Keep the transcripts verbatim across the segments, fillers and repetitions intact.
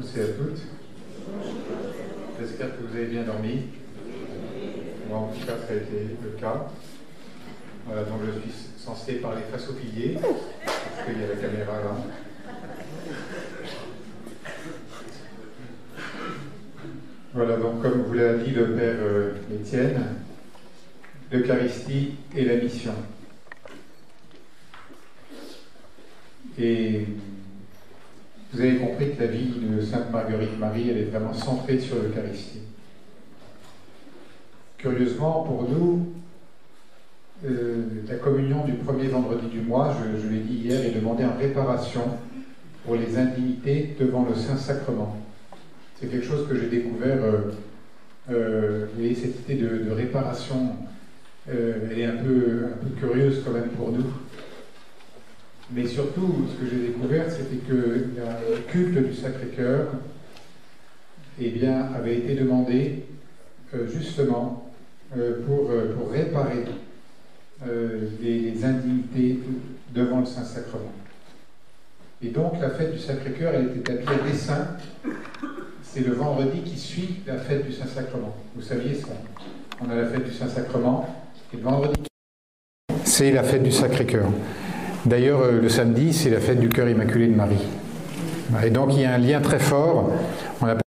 tous et à toutes. J'espère que vous avez bien dormi. Moi, en tout cas, ça a été le cas. Voilà, donc je suis censé parler face au pilier, parce qu'il y a la caméra là. Voilà, donc comme vous l'a dit le Père euh, Étienne, l'Eucharistie et la mission. Et vous avez compris que la vie de Sainte Marguerite Marie, elle est vraiment centrée sur l'Eucharistie. Curieusement, pour nous, euh, la communion du premier vendredi du mois, je, je l'ai dit hier, est demandée en réparation pour les indignités devant le Saint-Sacrement. C'est quelque chose que j'ai découvert, euh, euh, vous voyez, cette idée de, de réparation, euh, elle est un peu, un peu curieuse quand même pour nous. Mais surtout, ce que j'ai découvert, c'était que le culte du Sacré-Cœur eh bien, avait été demandé euh, justement euh, pour, euh, pour réparer euh, les, les indignités devant le Saint-Sacrement. Et donc, la fête du Sacré-Cœur, elle est établie à dessein. C'est le vendredi qui suit la fête du Saint-Sacrement. Vous saviez ça? On a la fête du Saint-Sacrement, et le vendredi, c'est la fête du Sacré-Cœur. D'ailleurs, le samedi, c'est la fête du Cœur Immaculé de Marie. Et donc, il y a un lien très fort. On a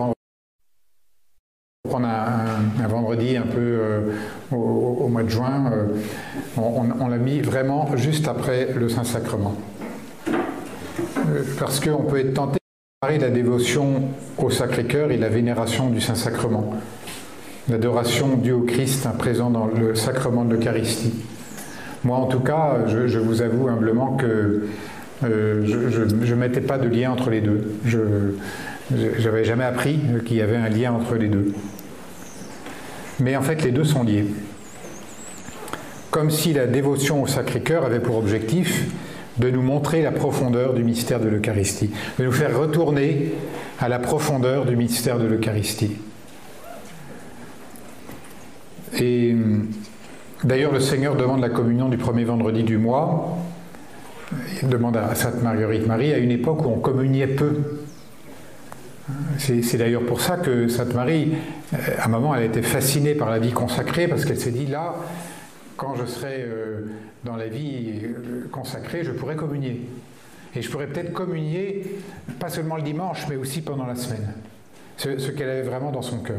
prendre un, un, un vendredi un peu euh, au, au mois de juin. Euh, on on l'a mis vraiment juste après le Saint-Sacrement. Euh, parce qu'on peut être tenté de comparer la dévotion au Sacré-Cœur et la vénération du Saint-Sacrement. L'adoration due au Christ hein, présent dans le sacrement de l'Eucharistie. Moi, en tout cas, je, je vous avoue humblement que euh, je ne mettais pas de lien entre les deux. Je n'avais jamais appris qu'il y avait un lien entre les deux. Mais en fait, les deux sont liés. Comme si la dévotion au Sacré-Cœur avait pour objectif de nous montrer la profondeur du mystère de l'Eucharistie, de nous faire retourner à la profondeur du mystère de l'Eucharistie. Et d'ailleurs, le Seigneur demande la communion du premier vendredi du mois. Il demande à Sainte Marguerite Marie à une époque où on communiait peu. C'est d'ailleurs pour ça que Sainte Marie, à un moment, elle a été fascinée par la vie consacrée, parce qu'elle s'est dit, là, quand je serai dans la vie consacrée, je pourrai communier. Et je pourrais peut-être communier, pas seulement le dimanche, mais aussi pendant la semaine. Ce, ce qu'elle avait vraiment dans son cœur.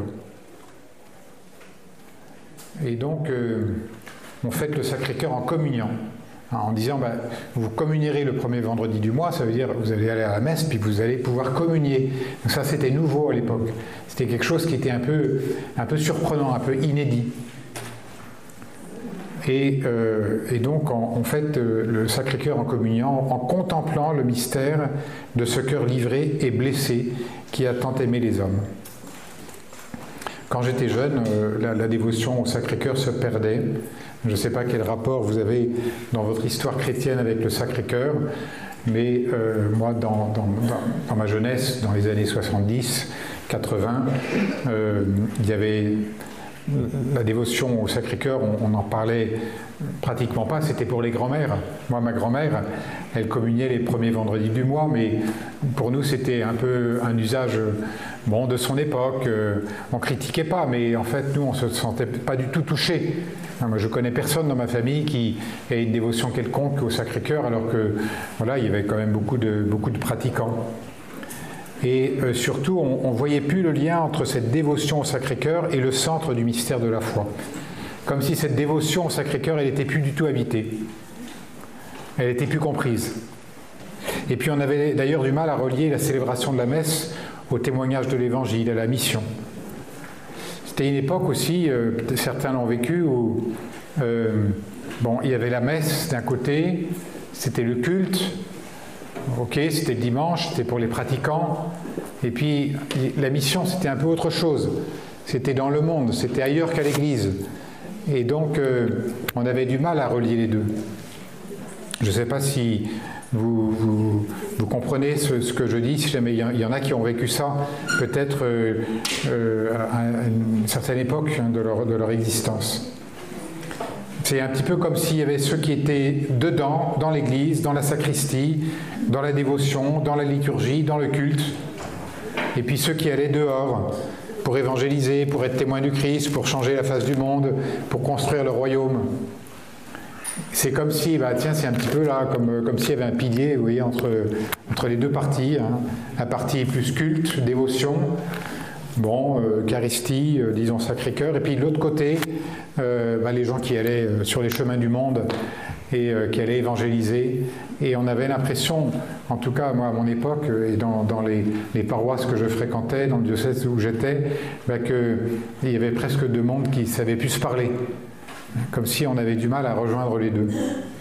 Et donc, euh, on fête le Sacré-Cœur en communion, hein, en disant, bah, vous communierez le premier vendredi du mois, ça veut dire vous allez aller à la messe, puis vous allez pouvoir communier. Donc ça, c'était nouveau à l'époque. C'était quelque chose qui était un peu, un peu surprenant, un peu inédit. Et, euh, et donc, on, on fête euh, le Sacré-Cœur en communion, en contemplant le mystère de ce cœur livré et blessé qui a tant aimé les hommes. Quand j'étais jeune, euh, la, la dévotion au Sacré-Cœur se perdait. Je ne sais pas quel rapport vous avez dans votre histoire chrétienne avec le Sacré-Cœur, mais euh, moi, dans, dans, dans, dans ma jeunesse, dans les années soixante-dix, quatre-vingts, euh, il y avait la dévotion au Sacré-Cœur, on n'en parlait pratiquement pas, c'était pour les grands-mères. Moi, ma grand-mère, elle communiait les premiers vendredis du mois, mais pour nous, c'était un peu un usage bon, de son époque. On ne critiquait pas, mais en fait, nous, on ne se sentait pas du tout touchés. Moi, je ne connais personne dans ma famille qui ait une dévotion quelconque au Sacré-Cœur, alors que voilà, il y avait quand même beaucoup de, beaucoup de pratiquants. Et euh, surtout, on ne voyait plus le lien entre cette dévotion au Sacré-Cœur et le centre du mystère de la foi. Comme si cette dévotion au Sacré-Cœur, elle n'était plus du tout habitée. Elle n'était plus comprise. Et puis on avait d'ailleurs du mal à relier la célébration de la messe au témoignage de l'Évangile, à la mission. C'était une époque aussi, euh, certains l'ont vécu, où euh, bon, il y avait la messe d'un côté, c'était le culte. Ok, c'était le dimanche, c'était pour les pratiquants. Et puis, la mission, c'était un peu autre chose. C'était dans le monde, c'était ailleurs qu'à l'église. Et donc, euh, on avait du mal à relier les deux. Je ne sais pas si vous, vous, vous comprenez ce, ce que je dis, si jamais il y, y en a qui ont vécu ça, peut-être euh, euh, à, à une certaine époque de leur, de leur existence. C'est un petit peu comme s'il y avait ceux qui étaient dedans, dans l'église, dans la sacristie, dans la dévotion, dans la liturgie, dans le culte, et puis ceux qui allaient dehors pour évangéliser, pour être témoins du Christ, pour changer la face du monde, pour construire le royaume. C'est comme si, bah, tiens, c'est un petit peu là, comme, comme s'il y avait un pilier, vous voyez, entre, entre les deux parties. Hein. La partie plus culte, dévotion, bon, euh, Eucharistie, euh, disons Sacré-Cœur, et puis de l'autre côté, euh, bah, les gens qui allaient euh, sur les chemins du monde et euh, qui allaient évangéliser. Et on avait l'impression, en tout cas moi à mon époque, et dans, dans les, les paroisses que je fréquentais, dans le diocèse où j'étais, bah, qu'il y avait presque deux mondes qui ne savaient plus se parler. Comme si on avait du mal à rejoindre les deux.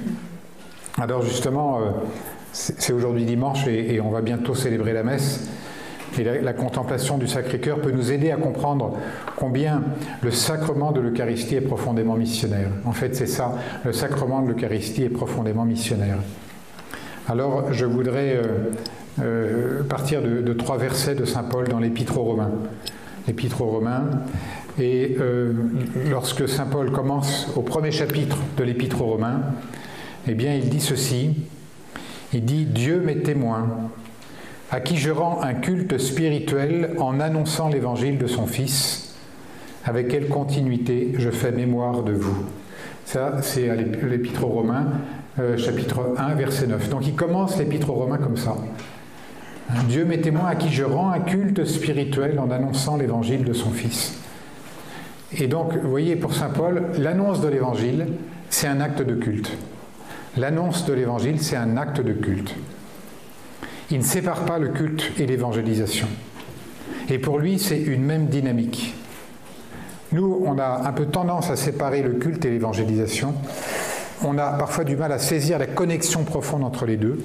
Alors justement, euh, c'est aujourd'hui dimanche et, et on va bientôt célébrer la messe. Et la, la contemplation du Sacré-Cœur peut nous aider à comprendre combien le sacrement de l'Eucharistie est profondément missionnaire. En fait, c'est ça, le sacrement de l'Eucharistie est profondément missionnaire. Alors, je voudrais euh, euh, partir de, de trois versets de saint Paul dans l'Épître aux Romains. L'Épître aux Romains. Et euh, lorsque saint Paul commence au premier chapitre de l'Épître aux Romains, eh bien, il dit ceci, il dit « Dieu m'est témoin, à qui je rends un culte spirituel en annonçant l'évangile de son Fils, avec quelle continuité je fais mémoire de vous. » Ça, c'est à l'Épître aux Romains, euh, chapitre un, verset neuf. Donc il commence l'Épître aux Romains comme ça. « Dieu m'est témoin, à qui je rends un culte spirituel en annonçant l'évangile de son Fils. » Et donc, vous voyez, pour saint Paul, l'annonce de l'évangile, c'est un acte de culte. L'annonce de l'évangile, c'est un acte de culte. Il ne sépare pas le culte et l'évangélisation. Et pour lui, c'est une même dynamique. Nous, on a un peu tendance à séparer le culte et l'évangélisation. On a parfois du mal à saisir la connexion profonde entre les deux.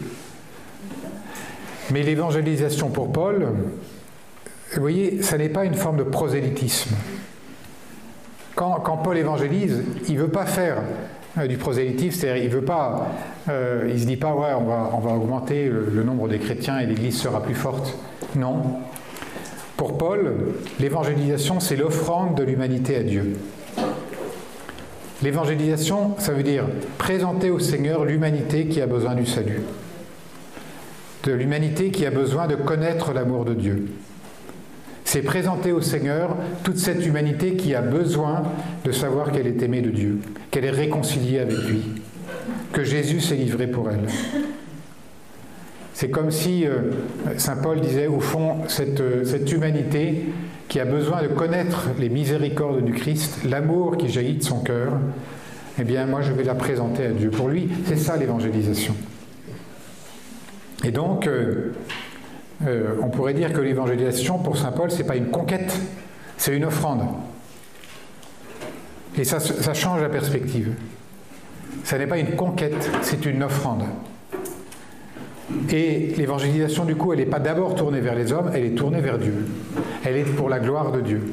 Mais l'évangélisation pour Paul, vous voyez, ça n'est pas une forme de prosélytisme. Quand, quand Paul évangélise, il ne veut pas faire euh, du prosélytisme, c'est-à-dire il veut pas, euh, il ne se dit pas ouais, on va, on va augmenter le, le nombre des chrétiens et l'Église sera plus forte. Non. Pour Paul, l'évangélisation, c'est l'offrande de l'humanité à Dieu. L'évangélisation, ça veut dire présenter au Seigneur l'humanité qui a besoin du salut, de l'humanité qui a besoin de connaître l'amour de Dieu. C'est présenter au Seigneur toute cette humanité qui a besoin de savoir qu'elle est aimée de Dieu, qu'elle est réconciliée avec lui, que Jésus s'est livré pour elle. C'est comme si euh, saint Paul disait, au fond, cette, euh, cette humanité qui a besoin de connaître les miséricordes du Christ, l'amour qui jaillit de son cœur, eh bien, moi, je vais la présenter à Dieu. Pour lui, c'est ça l'évangélisation. Et donc, euh, Euh, on pourrait dire que l'évangélisation, pour saint Paul, ce n'est pas une conquête, c'est une offrande. Et ça, ça change la perspective. Ça n'est pas une conquête, c'est une offrande. Et l'évangélisation, du coup, elle n'est pas d'abord tournée vers les hommes, elle est tournée vers Dieu. Elle est pour la gloire de Dieu.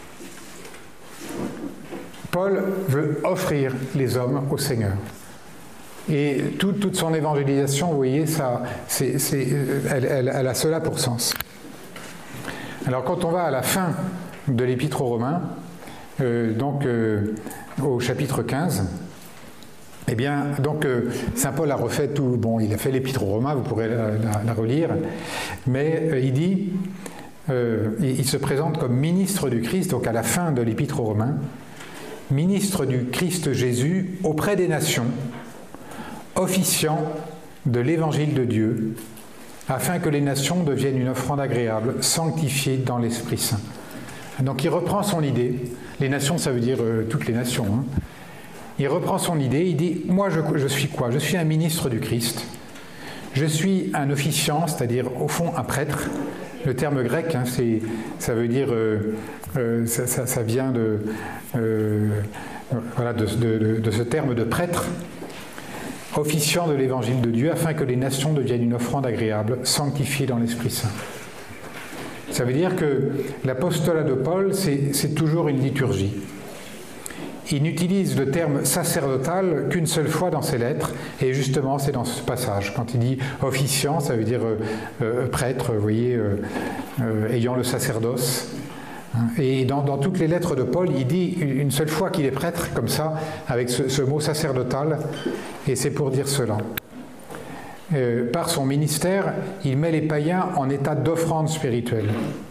Paul veut offrir les hommes au Seigneur. Et tout, toute son évangélisation, vous voyez, ça, c'est, c'est, elle, elle, elle a cela pour sens. Alors quand on va à la fin de l'Épître aux Romains, euh, donc euh, au chapitre quinze, eh bien, donc euh, saint Paul a refait tout, bon, il a fait l'Épître aux Romains, vous pourrez la, la, la relire, mais euh, il dit, euh, il, il se présente comme ministre du Christ, donc à la fin de l'Épître aux Romains, ministre du Christ Jésus auprès des nations, officiant de l'évangile de Dieu, afin que les nations deviennent une offrande agréable, sanctifiée dans l'Esprit Saint. Donc il reprend son idée, les nations ça veut dire euh, toutes les nations, hein. Il reprend son idée, il dit, moi je, je suis quoi? Je suis un ministre du Christ, je suis un officiant, c'est-à-dire au fond un prêtre. Le terme grec, hein, c'est, ça veut dire, euh, euh, ça, ça, ça vient de, euh, voilà, de, de, de ce terme de prêtre, officiant de l'évangile de Dieu, afin que les nations deviennent une offrande agréable, sanctifiée dans l'Esprit Saint. Ça veut dire que l'apostolat de Paul, c'est, c'est toujours une liturgie. Il n'utilise le terme sacerdotal qu'une seule fois dans ses lettres, et justement c'est dans ce passage. Quand il dit officiant, ça veut dire euh, euh, prêtre, vous voyez, euh, euh, ayant le sacerdoce. Et dans, dans toutes les lettres de Paul, il dit une seule fois qu'il est prêtre, comme ça, avec ce, ce mot sacerdotal, et c'est pour dire cela. Euh, par son ministère, il met les païens en état d'offrande spirituelle.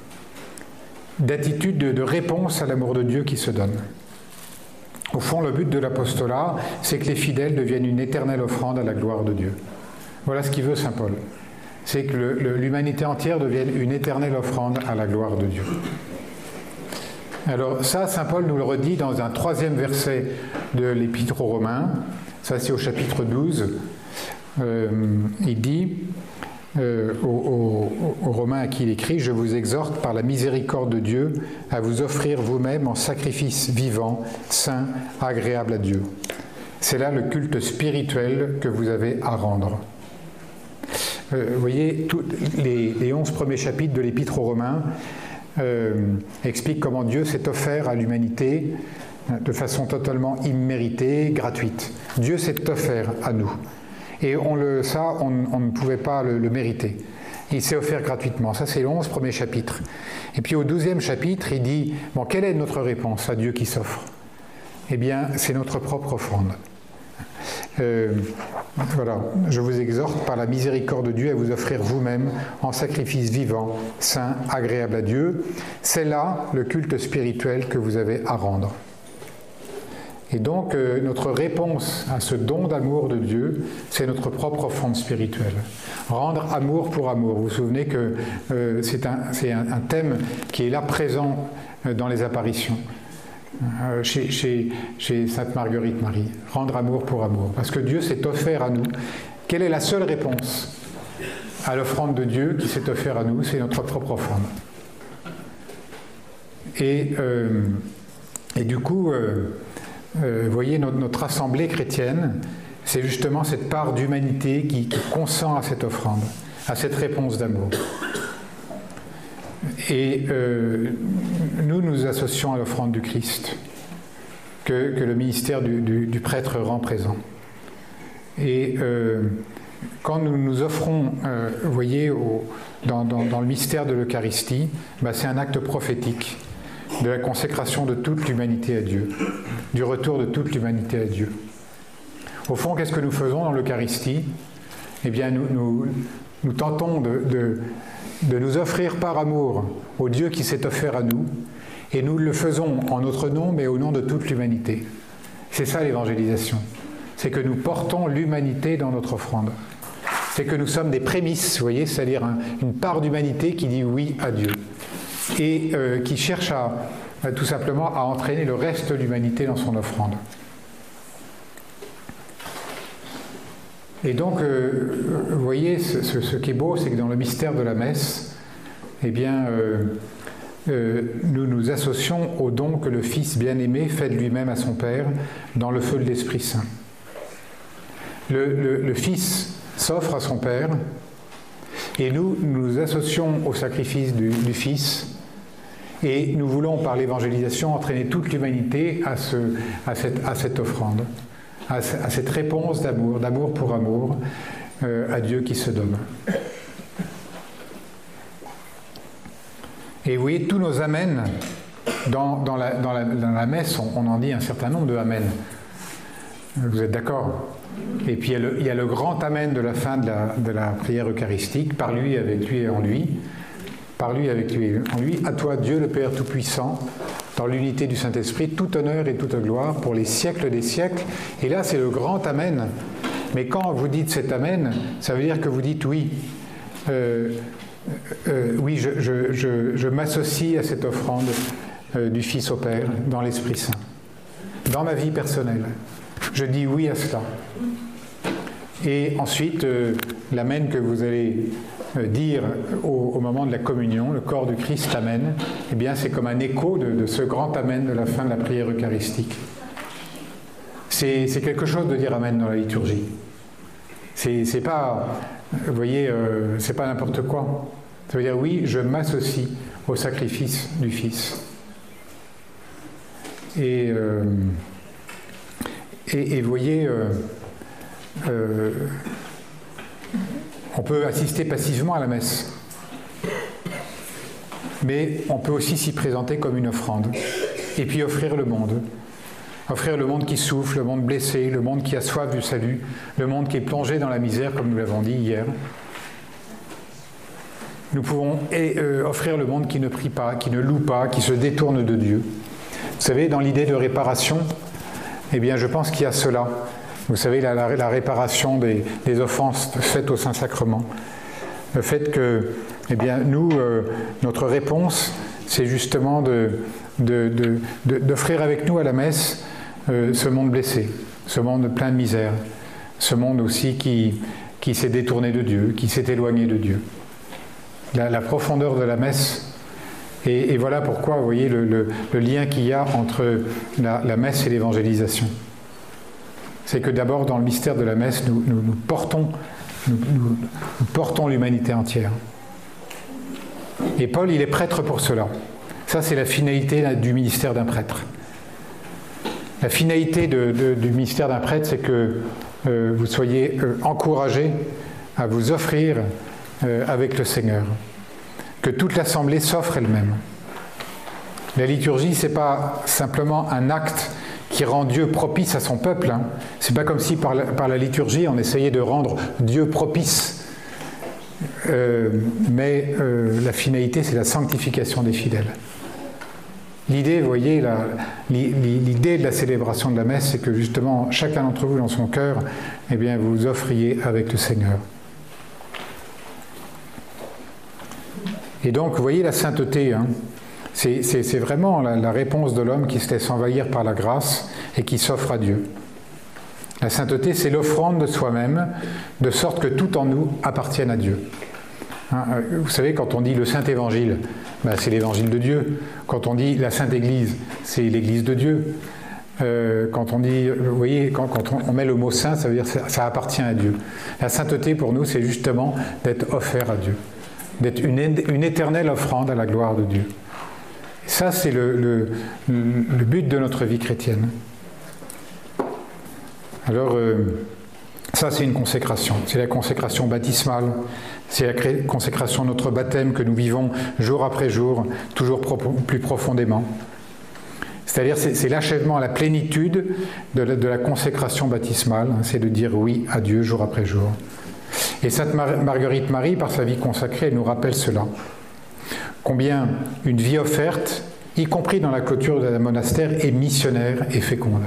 d'attitude, de, de réponse à l'amour de Dieu qui se donne. Au fond, le but de l'apostolat, c'est que les fidèles deviennent une éternelle offrande à la gloire de Dieu. Voilà ce qu'il veut Saint Paul. C'est que le, le, l'humanité entière devienne une éternelle offrande à la gloire de Dieu. Alors ça, Saint Paul nous le redit dans un troisième verset de l'Épître aux Romains. Ça, c'est au chapitre douze. Euh, il dit euh, aux, aux, aux Romains à qui il écrit « Je vous exhorte par la miséricorde de Dieu à vous offrir vous-même en sacrifice vivant, saint, agréable à Dieu. C'est là le culte spirituel que vous avez à rendre. » Euh, vous voyez, tout, les, les onze premiers chapitres de l'Épître aux Romains euh, expliquent comment Dieu s'est offert à l'humanité de façon totalement imméritée, gratuite. Dieu s'est offert à nous. Et on le, ça, on, on ne pouvait pas le, le mériter. Il s'est offert gratuitement. Ça, c'est les onze premiers chapitres. Et puis au douzième chapitre, il dit, bon, quelle est notre réponse à Dieu qui s'offre? Eh bien, c'est notre propre offrande. Euh, voilà, je vous exhorte par la miséricorde de Dieu à vous offrir vous-même en sacrifice vivant, saint, agréable à Dieu. C'est là le culte spirituel que vous avez à rendre. Et donc, euh, notre réponse à ce don d'amour de Dieu, c'est notre propre offrande spirituelle. Rendre amour pour amour. Vous vous souvenez que euh, c'est un, c'est un, un thème qui est là présent euh, dans les apparitions. Euh, chez, chez, chez Sainte Marguerite Marie, rendre amour pour amour, parce que Dieu s'est offert à nous. Quelle est la seule réponse à l'offrande de Dieu qui s'est offert à nous? C'est notre propre offrande. Et, euh, et du coup, euh, euh, vous voyez, notre, notre assemblée chrétienne, c'est justement cette part d'humanité qui, qui consent à cette offrande, à cette réponse d'amour. Et euh, nous nous associons à l'offrande du Christ que, que le ministère du, du, du prêtre rend présent. Et euh, quand nous nous offrons, euh, vous voyez, au, dans, dans, dans le mystère de l'Eucharistie, bah, c'est un acte prophétique de la consécration de toute l'humanité à Dieu, du retour de toute l'humanité à Dieu. Au fond, qu'est-ce que nous faisons dans l'Eucharistie? Eh bien, nous, nous, nous tentons de... de de nous offrir par amour au Dieu qui s'est offert à nous, et nous le faisons en notre nom, mais au nom de toute l'humanité. C'est ça l'évangélisation. C'est que nous portons l'humanité dans notre offrande. C'est que nous sommes des prémices, vous voyez, c'est-à-dire un, une part d'humanité qui dit oui à Dieu, et euh, qui cherche à, à, tout simplement à entraîner le reste de l'humanité dans son offrande. Et donc, euh, vous voyez, ce, ce, ce qui est beau, c'est que dans le mystère de la messe, eh bien, euh, euh, nous nous associons au don que le Fils bien-aimé fait de lui-même à son Père dans le feu de l'Esprit Saint. Le, le, le Fils s'offre à son Père, et nous nous associons au sacrifice du, du Fils, et nous voulons, par l'évangélisation, entraîner toute l'humanité à, ce, à, cette, à cette offrande. À cette réponse d'amour, d'amour pour amour, euh, à Dieu qui se donne. Et vous voyez, tous nos amens, dans, dans, la, dans, la, dans la messe, on, on en dit un certain nombre de amens. Vous êtes d'accord? Et puis il y, a le, il y a le grand amen de la fin de la, de la prière eucharistique, par lui, avec lui et en lui. Par lui, avec lui et en lui. À toi, Dieu le Père Tout-Puissant, dans l'unité du Saint-Esprit, tout honneur et toute gloire pour les siècles des siècles. Et là, c'est le grand Amen. Mais quand vous dites cet Amen, ça veut dire que vous dites oui. Euh, euh, oui, je, je, je, je m'associe à cette offrande euh, du Fils au Père dans l'Esprit Saint. Dans ma vie personnelle, je dis oui à cela. Et ensuite, euh, l'Amen que vous allez dire au, au moment de la communion, le corps du Christ, Amen, eh bien c'est comme un écho de, de ce grand Amen de la fin de la prière eucharistique. C'est, c'est quelque chose de dire Amen dans la liturgie. C'est, c'est pas, vous voyez, euh, c'est pas n'importe quoi. Ça veut dire oui, je m'associe au sacrifice du Fils. Et, euh, et, et vous voyez, euh, euh, on peut assister passivement à la messe, mais on peut aussi s'y présenter comme une offrande, et puis offrir le monde. Offrir le monde qui souffre, le monde blessé, le monde qui a soif du salut, le monde qui est plongé dans la misère, comme nous l'avons dit hier. Nous pouvons euh, offrir le monde qui ne prie pas, qui ne loue pas, qui se détourne de Dieu. Vous savez, dans l'idée de réparation, eh bien, je pense qu'il y a cela. Vous savez, la, la, la réparation des, des offenses faites au Saint-Sacrement. Le fait que, eh bien, nous, euh, notre réponse, c'est justement de, de, de, de, d'offrir avec nous à la messe euh, ce monde blessé, ce monde plein de misère, ce monde aussi qui, qui s'est détourné de Dieu, qui s'est éloigné de Dieu. La, la profondeur de la messe, et, et voilà pourquoi, vous voyez, le, le, le lien qu'il y a entre la, la messe et l'évangélisation. C'est que d'abord, dans le mystère de la messe, nous, nous, nous portons, nous, nous, nous portons l'humanité entière. Et Paul, il est prêtre pour cela. Ça, c'est la finalité du ministère d'un prêtre. La finalité de, de, du ministère d'un prêtre, c'est que euh, vous soyez euh, encouragés à vous offrir euh, avec le Seigneur. Que toute l'Assemblée s'offre elle-même. La liturgie, ce n'est pas simplement un acte qui rend Dieu propice à son peuple. Hein. Ce n'est pas comme si par la, par la liturgie, on essayait de rendre Dieu propice. Euh, mais euh, la finalité, c'est la sanctification des fidèles. L'idée, vous voyez, la, l'idée de la célébration de la messe, c'est que justement, chacun d'entre vous, dans son cœur, eh bien, vous vous offriez avec le Seigneur. Et donc, vous voyez la sainteté, hein, c'est, c'est, c'est vraiment la, la réponse de l'homme qui se laisse envahir par la grâce et qui s'offre à Dieu. La sainteté, c'est l'offrande de soi-même, de sorte que tout en nous appartienne à Dieu. Hein, vous savez, quand on dit le Saint-Évangile, ben c'est l'Évangile de Dieu. Quand on dit la Sainte Église, c'est l'Église de Dieu. Euh, quand on dit, vous voyez, quand, quand on, on met le mot saint, ça veut dire que ça, ça appartient à Dieu. La sainteté, pour nous, c'est justement d'être offert à Dieu, d'être une, une éternelle offrande à la gloire de Dieu. Et ça, c'est le, le, le but de notre vie chrétienne. Alors, euh, ça, c'est une consécration. C'est la consécration baptismale. C'est la consécration de notre baptême que nous vivons jour après jour, toujours pro- plus profondément. C'est-à-dire, c'est, c'est l'achèvement, la plénitude de la, de la consécration baptismale. C'est de dire oui à Dieu jour après jour. Et Sainte Mar- Marguerite Marie, par sa vie consacrée, elle nous rappelle cela. Combien une vie offerte, y compris dans la clôture d'un monastère, est missionnaire et féconde.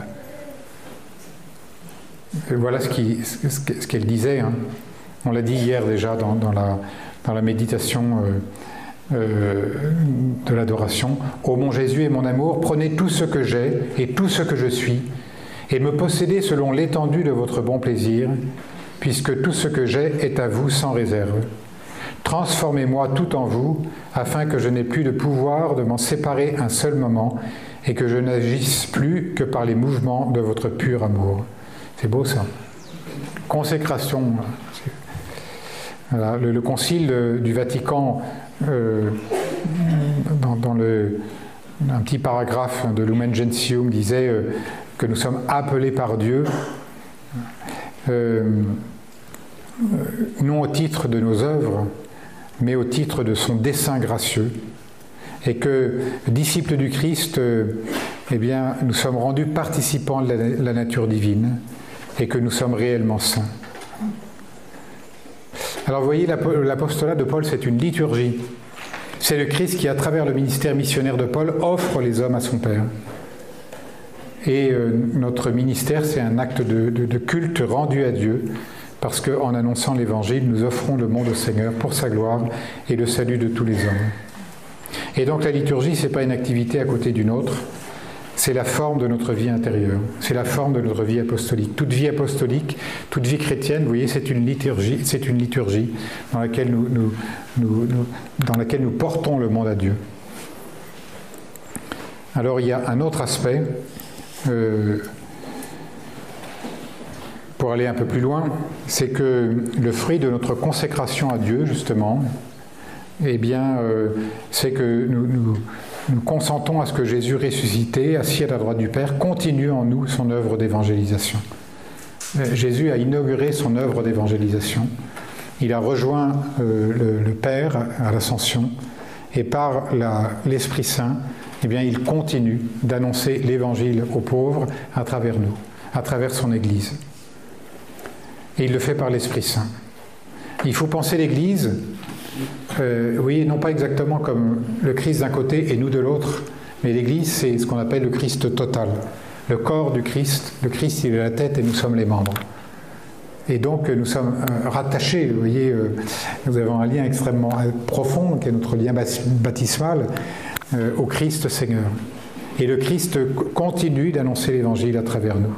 Et voilà ce, qui, ce qu'elle disait. Hein. On l'a dit hier déjà dans, dans, la, dans la méditation euh, euh, de l'adoration. « Ô mon Jésus et mon amour, prenez tout ce que j'ai et tout ce que je suis, et me possédez selon l'étendue de votre bon plaisir, puisque tout ce que j'ai est à vous sans réserve. Transformez-moi tout en vous, afin que je n'ai plus de pouvoir de m'en séparer un seul moment, et que je n'agisse plus que par les mouvements de votre pur amour. » C'est beau ça. Consécration. Voilà, le, le concile du Vatican, euh, dans, dans le, un petit paragraphe de Lumen Gentium, disait euh, que nous sommes appelés par Dieu, euh, non au titre de nos œuvres, mais au titre de son dessein gracieux, et que, disciples du Christ, euh, eh bien, nous sommes rendus participants de la, la nature divine, et que nous sommes réellement saints. Alors vous voyez, l'apostolat de Paul, c'est une liturgie. C'est le Christ qui, à travers le ministère missionnaire de Paul, offre les hommes à son Père. Et euh, notre ministère, c'est un acte de, de, de culte rendu à Dieu, parce qu'en annonçant l'Évangile, nous offrons le monde au Seigneur pour sa gloire et le salut de tous les hommes. Et donc la liturgie, ce n'est pas une activité à côté d'une autre, c'est la forme de notre vie intérieure, c'est la forme de notre vie apostolique. Toute vie apostolique, toute vie chrétienne, vous voyez, c'est une liturgie, c'est une liturgie dans laquelle nous, nous, nous, nous, dans laquelle nous portons le monde à Dieu. Alors il y a un autre aspect, euh, pour aller un peu plus loin, c'est que le fruit de notre consécration à Dieu, justement, eh bien, euh, c'est que nous, nous Nous consentons à ce que Jésus ressuscité, assis à la droite du Père, continue en nous son œuvre d'évangélisation. Jésus a inauguré son œuvre d'évangélisation. Il a rejoint euh, le, le Père à l'Ascension et par la, l'Esprit Saint, eh bien, il continue d'annoncer l'Évangile aux pauvres à travers nous, à travers son Église. Et il le fait par l'Esprit Saint. Il faut penser l'Église euh, oui, non pas exactement comme le Christ d'un côté et nous de l'autre, mais l'Église, c'est ce qu'on appelle le Christ total. Le corps du Christ, le Christ, il est la tête et nous sommes les membres. Et donc, nous sommes euh, rattachés, vous voyez, euh, nous avons un lien extrêmement profond, qui est notre lien baptismal, euh, au Christ Seigneur. Et le Christ continue d'annoncer l'Évangile à travers nous.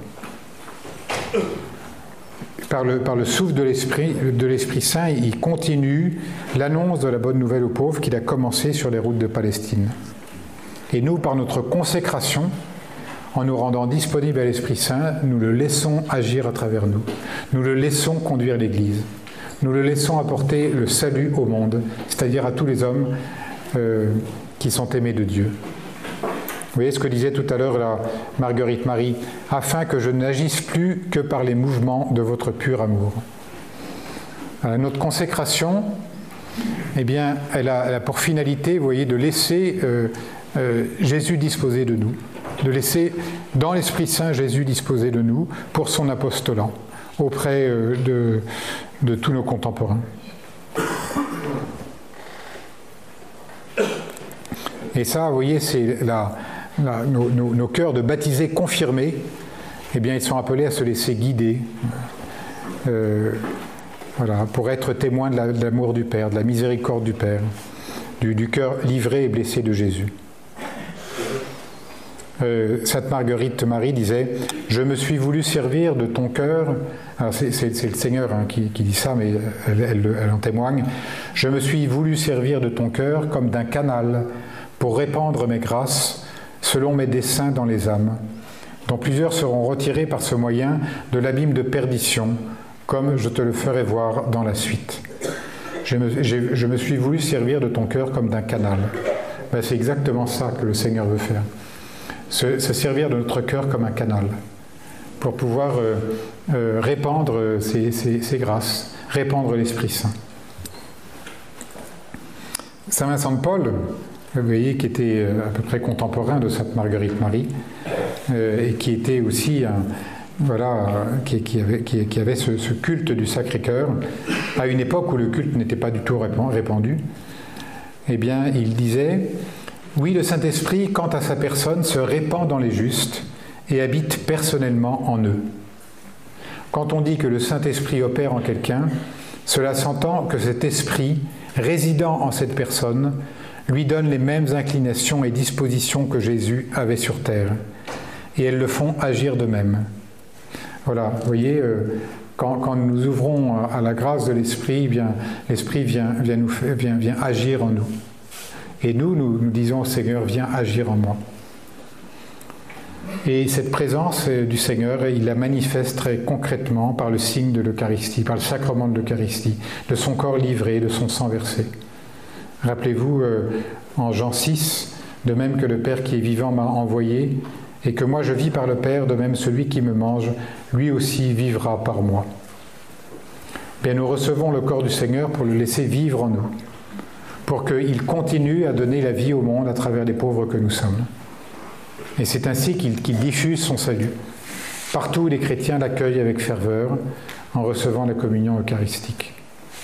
Par le, par le souffle de l'Esprit, de l'Esprit Saint, il continue l'annonce de la bonne nouvelle aux pauvres qu'il a commencé sur les routes de Palestine. Et nous, par notre consécration, en nous rendant disponibles à l'Esprit Saint, nous le laissons agir à travers nous. Nous le laissons conduire l'Église. Nous le laissons apporter le salut au monde, c'est-à-dire à tous les hommes euh, qui sont aimés de Dieu. Vous voyez ce que disait tout à l'heure la Marguerite Marie, « afin que je n'agisse plus que par les mouvements de votre pur amour ». Alors, notre consécration, eh bien, elle a, elle a pour finalité, vous voyez, de laisser euh, euh, Jésus disposer de nous, de laisser dans l'Esprit Saint Jésus disposer de nous pour son apostolat auprès euh, de, de tous nos contemporains. Et ça, vous voyez, c'est la... Là, nos, nos, nos cœurs de baptisés confirmés, eh bien, ils sont appelés à se laisser guider euh, voilà, pour être témoins de, la, de l'amour du Père, de la miséricorde du Père, du, du cœur livré et blessé de Jésus. Euh, Sainte Marguerite Marie disait « Je me suis voulu servir de ton cœur », alors c'est, c'est, c'est le Seigneur hein, qui, qui dit ça, mais elle, elle, elle en témoigne, « Je me suis voulu servir de ton cœur comme d'un canal pour répandre mes grâces selon mes desseins dans les âmes, dont plusieurs seront retirés par ce moyen de l'abîme de perdition, comme je te le ferai voir dans la suite. Je me, je me suis voulu servir de ton cœur comme d'un canal. » Ben, c'est exactement ça que le Seigneur veut faire. Se, se servir de notre cœur comme un canal, pour pouvoir euh, euh, répandre ses, ses, ses grâces, répandre l'Esprit Saint. Saint Vincent de Paul, vous voyez, qui était à peu près contemporain de Sainte Marguerite Marie, euh, et qui était aussi un, voilà, qui, qui avait, qui, qui avait ce, ce culte du Sacré-Cœur, à une époque où le culte n'était pas du tout répandu. Eh bien, il disait « Oui, le Saint-Esprit, quant à sa personne, se répand dans les justes et habite personnellement en eux. Quand on dit que le Saint-Esprit opère en quelqu'un, cela s'entend que cet esprit, résidant en cette personne, lui donne les mêmes inclinations et dispositions que Jésus avait sur terre, et elles le font agir de même. » Voilà, vous voyez, euh, quand, quand nous ouvrons à la grâce de l'Esprit, eh bien, l'Esprit vient, vient, nous, vient, vient agir en nous. Et nous, nous, nous disons au Seigneur, viens agir en moi. Et cette présence du Seigneur, il la manifeste très concrètement par le signe de l'Eucharistie, par le sacrement de l'Eucharistie, de son corps livré, de son sang versé. Rappelez-vous, euh, en Jean six, de même que le Père qui est vivant m'a envoyé, et que moi je vis par le Père, de même celui qui me mange, lui aussi vivra par moi. Bien, nous recevons le corps du Seigneur pour le laisser vivre en nous, pour qu'il continue à donner la vie au monde à travers les pauvres que nous sommes. Et c'est ainsi qu'il, qu'il diffuse son salut. Partout, les chrétiens l'accueillent avec ferveur, en recevant la communion eucharistique.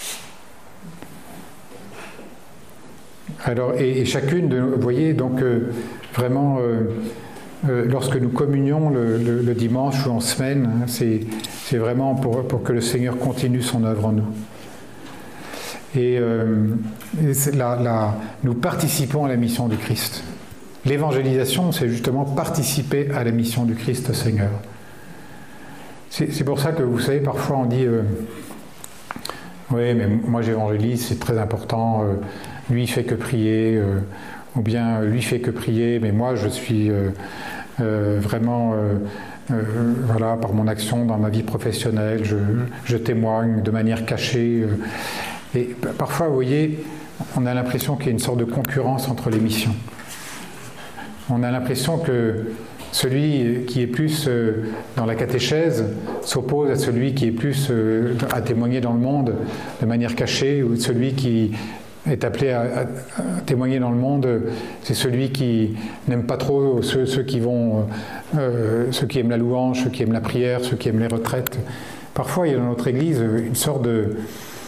Alors, et, et chacune de vous voyez, donc euh, vraiment, euh, euh, lorsque nous communions le, le, le dimanche ou en semaine, hein, c'est, c'est vraiment pour, pour que le Seigneur continue son œuvre en nous. Et, euh, et c'est la, la, nous participons à la mission du Christ. L'évangélisation, c'est justement participer à la mission du Christ Seigneur. C'est, c'est pour ça que, vous savez, parfois on dit euh, « Oui, mais moi j'évangélise, c'est très important. Euh, lui, il fait que prier. Euh, » ou bien « Lui, il fait que prier, mais moi, je suis euh, euh, vraiment... Euh, euh, voilà, par mon action dans ma vie professionnelle, je, je témoigne de manière cachée. Euh, » Et parfois, vous voyez, on a l'impression qu'il y a une sorte de concurrence entre les missions. On a l'impression que celui qui est plus dans la catéchèse s'oppose à celui qui est plus à témoigner dans le monde de manière cachée, ou celui qui est appelé à, à, à témoigner dans le monde, c'est celui qui n'aime pas trop ceux, ceux qui vont, euh, ceux qui aiment la louange, ceux qui aiment la prière, ceux qui aiment les retraites. Parfois, il y a dans notre Église une sorte de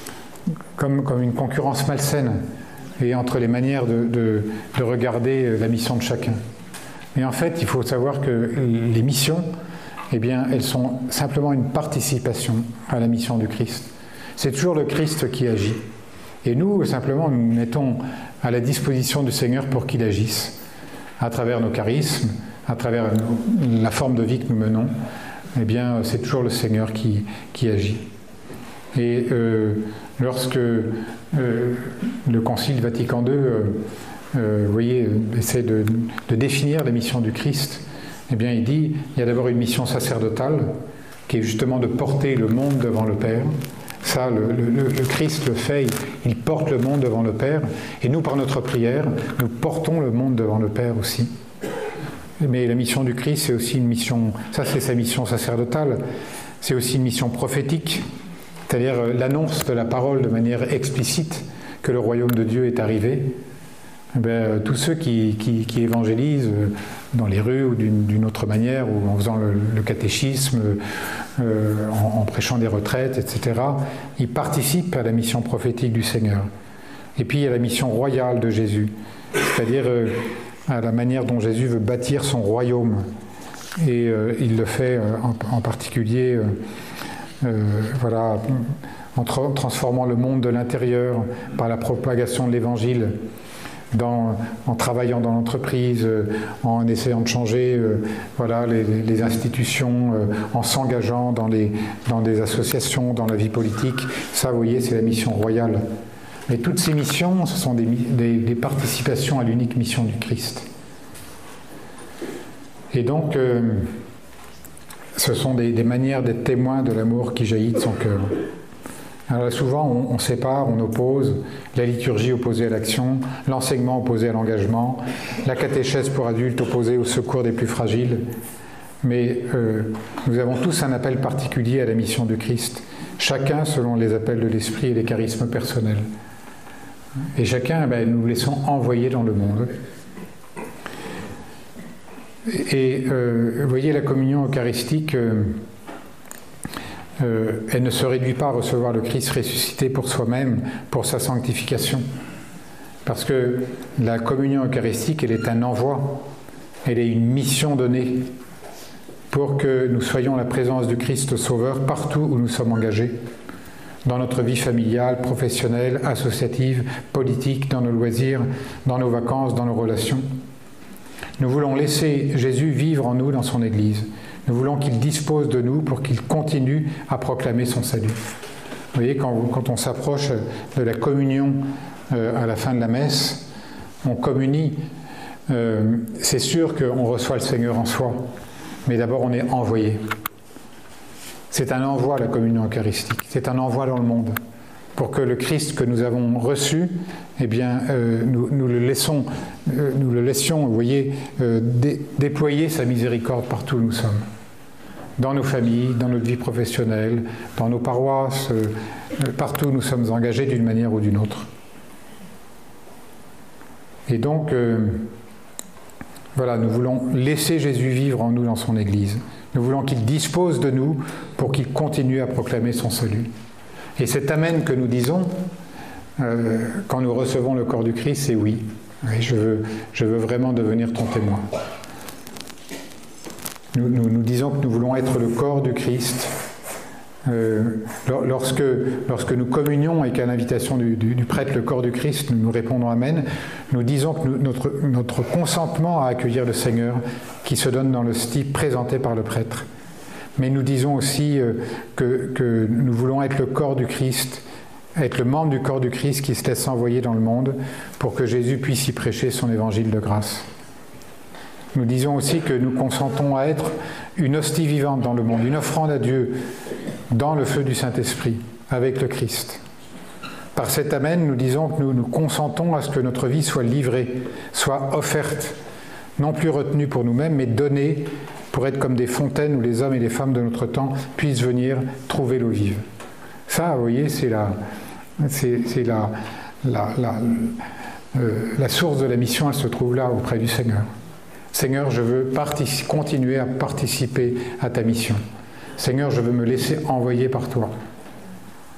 comme, comme une concurrence malsaine et entre les manières de, de, de regarder la mission de chacun. Mais en fait, il faut savoir que les missions, eh bien, elles sont simplement une participation à la mission du Christ. C'est toujours le Christ qui agit. Et nous, simplement, nous nous mettons à la disposition du Seigneur pour qu'il agisse, à travers nos charismes, à travers nos, la forme de vie que nous menons. Eh bien, c'est toujours le Seigneur qui, qui agit. Et euh, lorsque euh, le Concile Vatican deux, euh, euh, vous voyez, essaie de, de définir la mission du Christ, eh bien, il dit, il y a d'abord une mission sacerdotale, qui est justement de porter le monde devant le Père. Ça, le, le, le Christ le fait, il, il porte le monde devant le Père, et nous, par notre prière, nous portons le monde devant le Père aussi. Mais la mission du Christ, c'est aussi une mission, ça c'est sa mission sacerdotale, c'est aussi une mission prophétique, c'est-à-dire l'annonce de la parole de manière explicite que le royaume de Dieu est arrivé. Eh bien, tous ceux qui, qui, qui évangélisent dans les rues ou d'une autre manière, ou en faisant le, le catéchisme, euh, en, en prêchant des retraites, et cetera, ils participent à la mission prophétique du Seigneur. Et puis il y a la mission royale de Jésus, c'est-à-dire euh, à la manière dont Jésus veut bâtir son royaume. Et euh, il le fait euh, en, en particulier euh, euh, voilà, en tra transformant le monde de l'intérieur par la propagation de l'Évangile, Dans, en travaillant dans l'entreprise, euh, en essayant de changer euh, voilà, les, les institutions, euh, en s'engageant dans, dans des associations, dans la vie politique. Ça, vous voyez, c'est la mission royale. Mais toutes ces missions, ce sont des, des, des participations à l'unique mission du Christ. Et donc, euh, ce sont des, des manières d'être témoins de l'amour qui jaillit de son cœur. Alors souvent, on, on sépare, on oppose la liturgie opposée à l'action, l'enseignement opposé à l'engagement, la catéchèse pour adultes opposée au secours des plus fragiles. Mais euh, nous avons tous un appel particulier à la mission du Christ, chacun selon les appels de l'Esprit et les charismes personnels. Et chacun, ben, nous laissons envoyer dans le monde. Et euh, vous voyez, la communion eucharistique... Euh, Euh, elle ne se réduit pas à recevoir le Christ ressuscité pour soi-même, pour sa sanctification. Parce que la communion eucharistique, elle est un envoi, elle est une mission donnée pour que nous soyons la présence du Christ Sauveur partout où nous sommes engagés, dans notre vie familiale, professionnelle, associative, politique, dans nos loisirs, dans nos vacances, dans nos relations. Nous voulons laisser Jésus vivre en nous dans son Église. Nous voulons qu'il dispose de nous pour qu'il continue à proclamer son salut. Vous voyez, quand, vous, quand on s'approche de la communion euh, à la fin de la messe, on communie. Euh, c'est sûr qu'on reçoit le Seigneur en soi, mais d'abord on est envoyé. C'est un envoi, la communion eucharistique. C'est un envoi dans le monde. Pour que le Christ que nous avons reçu, eh bien, euh, nous, nous, le laissons, euh, nous le laissions, vous voyez, euh, dé, déployer sa miséricorde partout où nous sommes. Dans nos familles, dans notre vie professionnelle, dans nos paroisses, euh, partout où nous sommes engagés d'une manière ou d'une autre. Et donc, euh, voilà, nous voulons laisser Jésus vivre en nous dans son Église. Nous voulons qu'il dispose de nous pour qu'il continue à proclamer son salut. Et cet Amen que nous disons, euh, quand nous recevons le corps du Christ, c'est oui. Oui, je veux, je veux vraiment devenir ton témoin. Nous, nous, nous disons que nous voulons être le corps du Christ. Euh, lorsque, lorsque nous communions et qu'à l'invitation du, du, du prêtre, le corps du Christ, nous, nous répondons Amen, nous disons que nous, notre, notre consentement à accueillir le Seigneur qui se donne dans le style présenté par le prêtre. Mais nous disons aussi euh, que, que nous voulons être le corps du Christ, être le membre du corps du Christ qui se laisse envoyer dans le monde pour que Jésus puisse y prêcher son évangile de grâce. Nous disons aussi que nous consentons à être une hostie vivante dans le monde, une offrande à Dieu dans le feu du Saint-Esprit, avec le Christ. Par cet Amen, nous disons que nous nous consentons à ce que notre vie soit livrée, soit offerte, non plus retenue pour nous-mêmes, mais donnée pour être comme des fontaines où les hommes et les femmes de notre temps puissent venir trouver l'eau vive. Ça, vous voyez, c'est la, c'est, c'est la, la, la, euh, la source de la mission, elle se trouve là, auprès du Seigneur. Seigneur, je veux continuer à participer à ta mission. Seigneur, je veux me laisser envoyer par toi.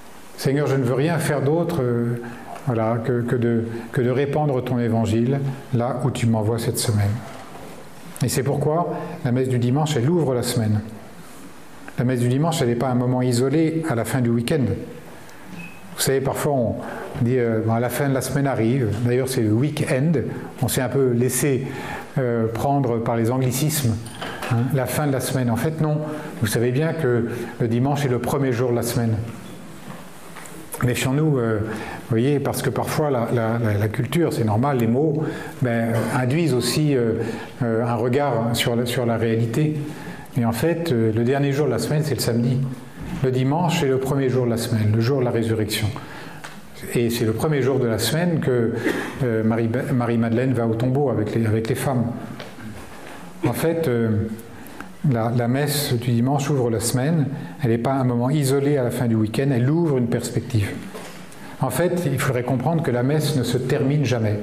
Seigneur, je ne veux rien faire d'autre euh, voilà, que, que, de, que de répandre ton évangile là où tu m'envoies cette semaine. Et c'est pourquoi la messe du dimanche, elle ouvre la semaine. La messe du dimanche, elle n'est pas un moment isolé à la fin du week-end. Vous savez, parfois on dit euh, bon, la fin de la semaine arrive, d'ailleurs c'est le week-end, on s'est un peu laissé euh, prendre par les anglicismes, hein, la fin de la semaine. En fait non, vous savez bien que le dimanche est le premier jour de la semaine. Méfions-nous, euh, vous voyez, parce que parfois la, la, la culture, c'est normal, les mots ben, induisent aussi euh, euh, un regard sur la, sur la réalité. Mais en fait, euh, le dernier jour de la semaine, c'est le samedi. Le dimanche, c'est le premier jour de la semaine, le jour de la résurrection. Et c'est le premier jour de la semaine que euh, Marie, Marie-Madeleine va au tombeau avec les, avec les femmes. En fait, euh, la, la messe du dimanche ouvre la semaine. Elle n'est pas un moment isolé à la fin du week-end, elle ouvre une perspective. En fait, il faudrait comprendre que la messe ne se termine jamais.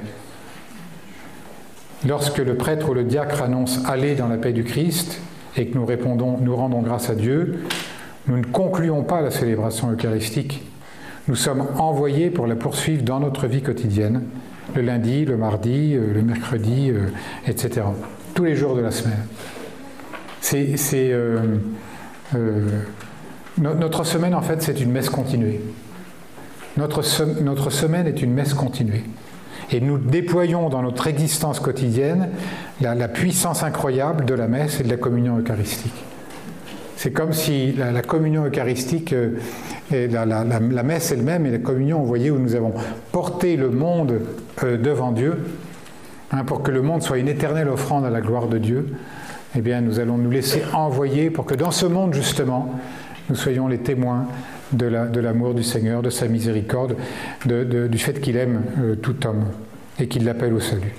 Lorsque le prêtre ou le diacre annonce « Allez dans la paix du Christ » et que nous répondons « Nous rendons grâce à Dieu », nous ne concluons pas la célébration eucharistique. Nous sommes envoyés pour la poursuivre dans notre vie quotidienne, le lundi, le mardi, le mercredi, et cetera. Tous les jours de la semaine. C'est, c'est, euh, euh, no, notre semaine, en fait, c'est une messe continuée. Notre, se, notre semaine est une messe continuée. Et nous déployons dans notre existence quotidienne la, la puissance incroyable de la messe et de la communion eucharistique. C'est comme si la, la communion eucharistique, euh, et la, la, la, la messe elle-même et la communion, vous voyez, où nous avons porté le monde euh, devant Dieu, hein, pour que le monde soit une éternelle offrande à la gloire de Dieu, eh bien nous allons nous laisser envoyer pour que dans ce monde, justement, nous soyons les témoins de, la, de l'amour du Seigneur, de sa miséricorde, de, de, du fait qu'il aime euh, tout homme et qu'il l'appelle au salut.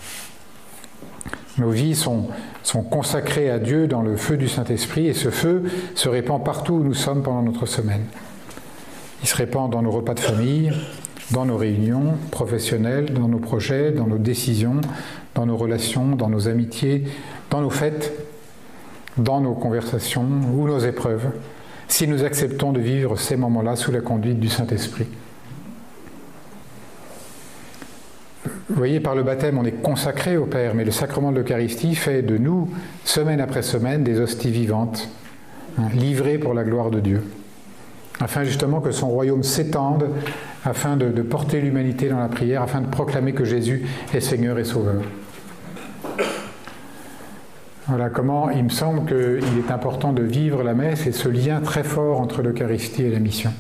Nos vies sont, sont consacrées à Dieu dans le feu du Saint-Esprit et ce feu se répand partout où nous sommes pendant notre semaine. Il se répand dans nos repas de famille, dans nos réunions professionnelles, dans nos projets, dans nos décisions, dans nos relations, dans nos amitiés, dans nos fêtes, dans nos conversations ou nos épreuves, si nous acceptons de vivre ces moments-là sous la conduite du Saint-Esprit. Vous voyez, par le baptême, on est consacré au Père, mais le sacrement de l'Eucharistie fait de nous, semaine après semaine, des hosties vivantes, hein, livrées pour la gloire de Dieu, afin justement que son royaume s'étende, afin de, de porter l'humanité dans la prière, afin de proclamer que Jésus est Seigneur et Sauveur. Voilà comment il me semble qu'il est important de vivre la messe et ce lien très fort entre l'Eucharistie et la mission.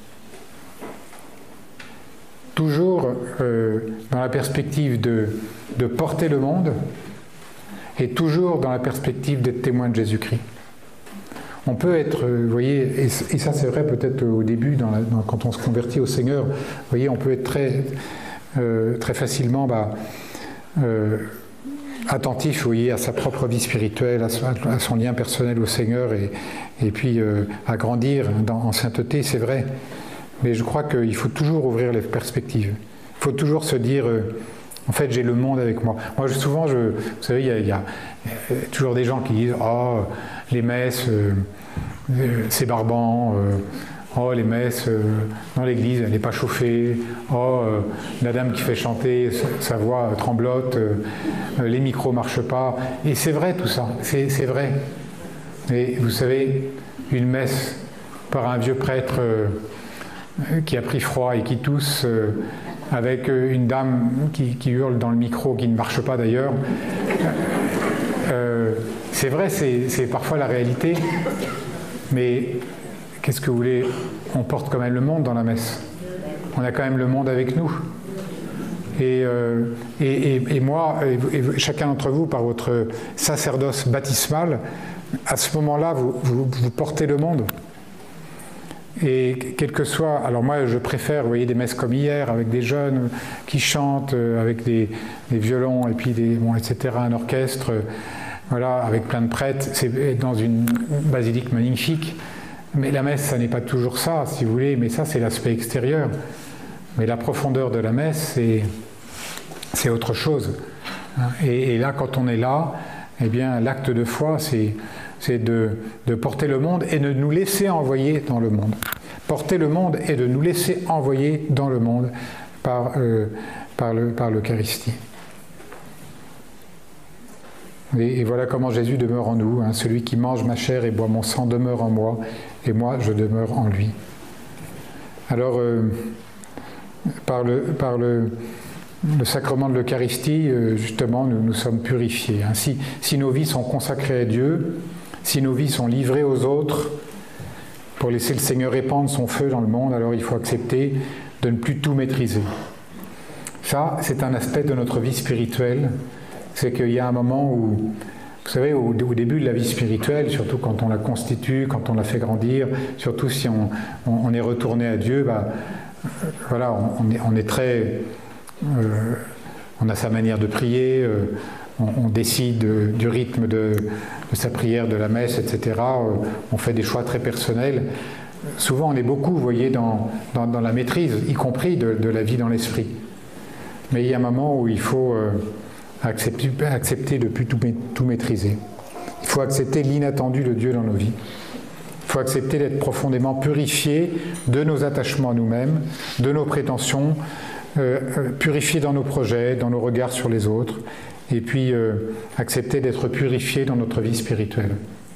Toujours euh, dans la perspective de, de porter le monde et toujours dans la perspective d'être témoin de Jésus-Christ. On peut être, vous voyez, et, et ça c'est vrai peut-être au début, dans la, dans, quand on se convertit au Seigneur, vous voyez, on peut être très, euh, très facilement bah, euh, attentif, vous voyez, à sa propre vie spirituelle, à son, à son lien personnel au Seigneur et, et puis euh, à grandir dans, en sainteté, c'est vrai. Mais je crois qu'il faut toujours ouvrir les perspectives. Il faut toujours se dire, euh, en fait, j'ai le monde avec moi. Moi, je, souvent, je, vous savez, il y, a, il y a toujours des gens qui disent « Oh, les messes, euh, euh, c'est barbant. Euh, oh, les messes euh, dans l'église, elle n'est pas chauffée. Oh, euh, la dame qui fait chanter, sa, sa voix tremblote. Euh, les micros ne marchent pas. » Et c'est vrai tout ça, c'est, c'est vrai. Et vous savez, une messe par un vieux prêtre... Euh, qui a pris froid et qui tousse, euh, avec une dame qui, qui hurle dans le micro, qui ne marche pas d'ailleurs. Euh, c'est vrai, c'est, c'est parfois la réalité, mais qu'est-ce que vous voulez, on porte quand même le monde dans la messe. On a quand même le monde avec nous. Et, euh, et, et, et moi, et, et chacun d'entre vous, par votre sacerdoce baptismal, à ce moment-là, vous, vous, vous portez le monde. Et quel que soit, alors moi je préfère, vous voyez, des messes comme hier, avec des jeunes qui chantent, avec des, des violons et puis des, bon, et cetera, un orchestre, voilà, avec plein de prêtres, c'est dans une basilique magnifique. Mais la messe, ça n'est pas toujours ça, si vous voulez, mais ça c'est l'aspect extérieur. Mais la profondeur de la messe, c'est, c'est autre chose. Et, et là, quand on est là, eh bien, l'acte de foi, c'est... c'est de, de porter le monde et de nous laisser envoyer dans le monde. porter le monde et de nous laisser envoyer dans le monde par, euh, par, le, par l'Eucharistie. Et, et voilà comment Jésus demeure en nous. Hein. Celui qui mange ma chair et boit mon sang demeure en moi, et moi je demeure en lui. Alors, euh, par, le, par le, le sacrement de l'Eucharistie, euh, justement, nous nous sommes purifiés. Hein. Si, si nos vies sont consacrées à Dieu, si nos vies sont livrées aux autres, pour laisser le Seigneur répandre son feu dans le monde, alors il faut accepter de ne plus tout maîtriser. Ça, c'est un aspect de notre vie spirituelle. C'est qu'il y a un moment où, vous savez, au, au début de la vie spirituelle, surtout quand on la constitue, quand on la fait grandir, surtout si on, on, on est retourné à Dieu, bah, voilà, on, on, est, on est très... Euh, on a sa manière de prier, euh, on, on décide euh, du rythme de, de sa prière, de la messe, et cetera. Euh, on fait des choix très personnels. Souvent, on est beaucoup, vous voyez, dans, dans, dans la maîtrise, y compris de, de la vie dans l'esprit. Mais il y a un moment où il faut euh, accepter, accepter de ne plus tout, tout maîtriser. Il faut accepter l'inattendu de Dieu dans nos vies. Il faut accepter d'être profondément purifié de nos attachements à nous-mêmes, de nos prétentions, euh, purifié dans nos projets, dans nos regards sur les autres, et puis euh, accepter d'être purifié dans notre vie spirituelle.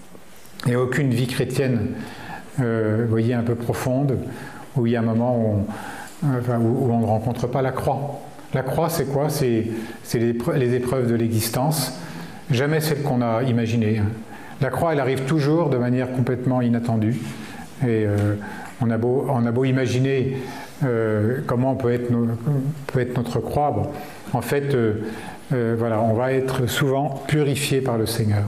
Et aucune vie chrétienne, euh, vous voyez, un peu profonde, où il y a un moment où on, enfin, où, où on ne rencontre pas la croix. La croix, c'est quoi? C'est, c'est les, les épreuves de l'existence, jamais celles qu'on a imaginées. La croix, elle arrive toujours de manière complètement inattendue. Et euh, on, a beau, on a beau imaginer euh, comment peut être, no, peut être notre croix. Bon, en fait, euh, euh, voilà, on va être souvent purifié par le Seigneur.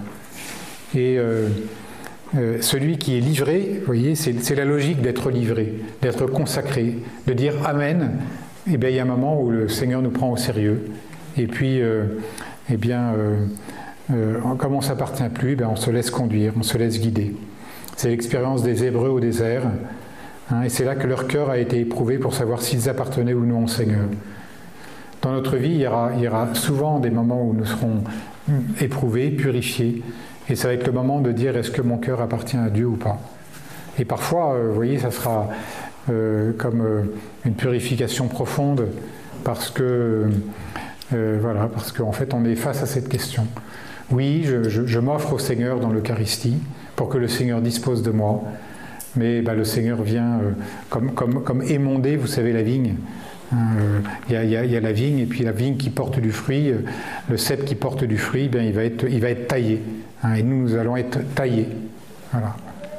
Et euh, euh, celui qui est livré, vous voyez, c'est, c'est la logique d'être livré, d'être consacré, de dire Amen. Eh bien, il y a un moment où le Seigneur nous prend au sérieux. Et puis, euh, eh bien, euh, euh, comme on ne s'appartient plus, eh bien, on se laisse conduire, on se laisse guider. C'est l'expérience des Hébreux au désert. Hein, et c'est là que leur cœur a été éprouvé pour savoir s'ils appartenaient ou non au Seigneur. Dans notre vie, il y aura, il y aura souvent des moments où nous serons éprouvés, purifiés. Et ça va être le moment de dire est-ce que mon cœur appartient à Dieu ou pas. Et parfois, euh, vous voyez, ça sera... Euh, comme euh, une purification profonde parce que euh, voilà, parce qu'en fait on est face à cette question. Oui, je, je, je m'offre au Seigneur dans l'Eucharistie pour que le Seigneur dispose de moi, mais bah, le Seigneur vient euh, comme, comme, comme émonder, vous savez, la vigne. Il euh, y, a, y, a, y a la vigne et puis la vigne qui porte du fruit, euh, le cep qui porte du fruit, bien, il, va être, il va être taillé. Hein, et nous, nous allons être taillés. Voilà.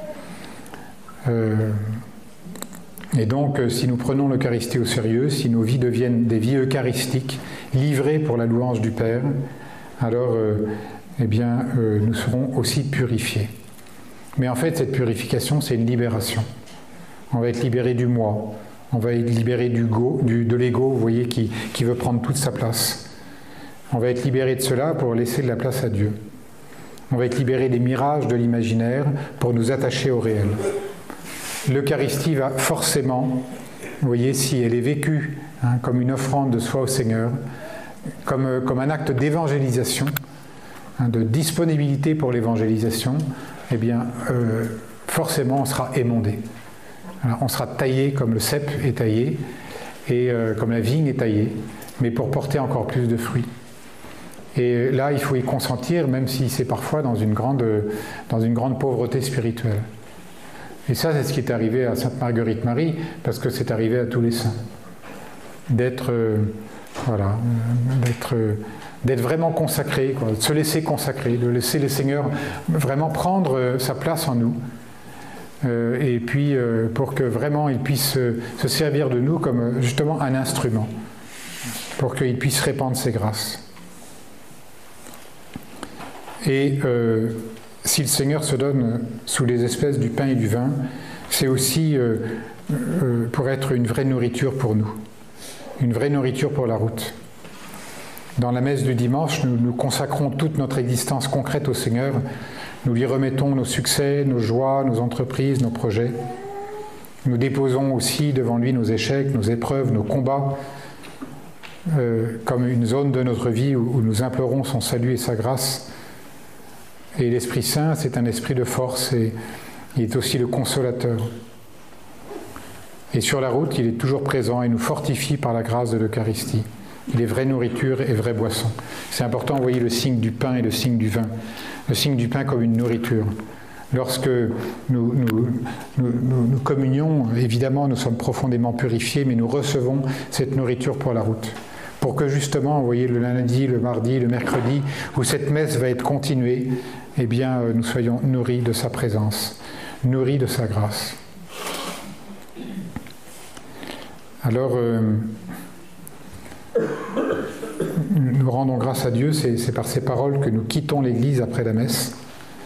Euh, Et donc, si nous prenons l'Eucharistie au sérieux, si nos vies deviennent des vies eucharistiques, livrées pour la louange du Père, alors, euh, eh bien, euh, nous serons aussi purifiés. Mais en fait, cette purification, c'est une libération. On va être libéré du moi, on va être libéré du go, du, de l'ego, vous voyez, qui, qui veut prendre toute sa place. On va être libéré de cela pour laisser de la place à Dieu. On va être libéré des mirages de l'imaginaire pour nous attacher au réel. L'Eucharistie va forcément, vous voyez, si elle est vécue hein, comme une offrande de soi au Seigneur, comme, comme un acte d'évangélisation, hein, de disponibilité pour l'évangélisation, eh bien, euh, forcément, on sera émondé. Alors, on sera taillé comme le cep est taillé, et euh, comme la vigne est taillée, mais pour porter encore plus de fruits. Et là, il faut y consentir, même si c'est parfois dans une grande, dans une grande pauvreté spirituelle. Et ça, c'est ce qui est arrivé à Sainte Marguerite Marie, parce que c'est arrivé à tous les saints. D'être, euh, voilà, d'être, euh, d'être vraiment consacré, quoi, de se laisser consacrer, de laisser le Seigneur vraiment prendre euh, sa place en nous. Euh, et puis, euh, pour que vraiment il puisse euh, se servir de nous comme justement un instrument, pour qu'il puisse répandre ses grâces. Et... Euh, si le Seigneur se donne sous les espèces du pain et du vin, c'est aussi euh, euh, pour être une vraie nourriture pour nous, une vraie nourriture pour la route. Dans la messe du dimanche, nous, nous consacrons toute notre existence concrète au Seigneur, nous lui remettons nos succès, nos joies, nos entreprises, nos projets. Nous déposons aussi devant lui nos échecs, nos épreuves, nos combats, euh, comme une zone de notre vie où, où nous implorons son salut et sa grâce. Et l'Esprit Saint, c'est un esprit de force et il est aussi le consolateur. Et sur la route, il est toujours présent et nous fortifie par la grâce de l'Eucharistie. Il est vraie nourriture et vraie boisson. C'est important, vous voyez, le signe du pain et le signe du vin. Le signe du pain comme une nourriture. Lorsque nous, nous, nous, nous, nous communions, évidemment, nous sommes profondément purifiés, mais nous recevons cette nourriture pour la route. Pour que justement, vous voyez, le lundi, le mardi, le mercredi, où cette messe va être continuée, eh bien, nous soyons nourris de sa présence, nourris de sa grâce. Alors, euh, nous rendons grâce à Dieu, c'est, c'est par ces paroles que nous quittons l'Église après la messe.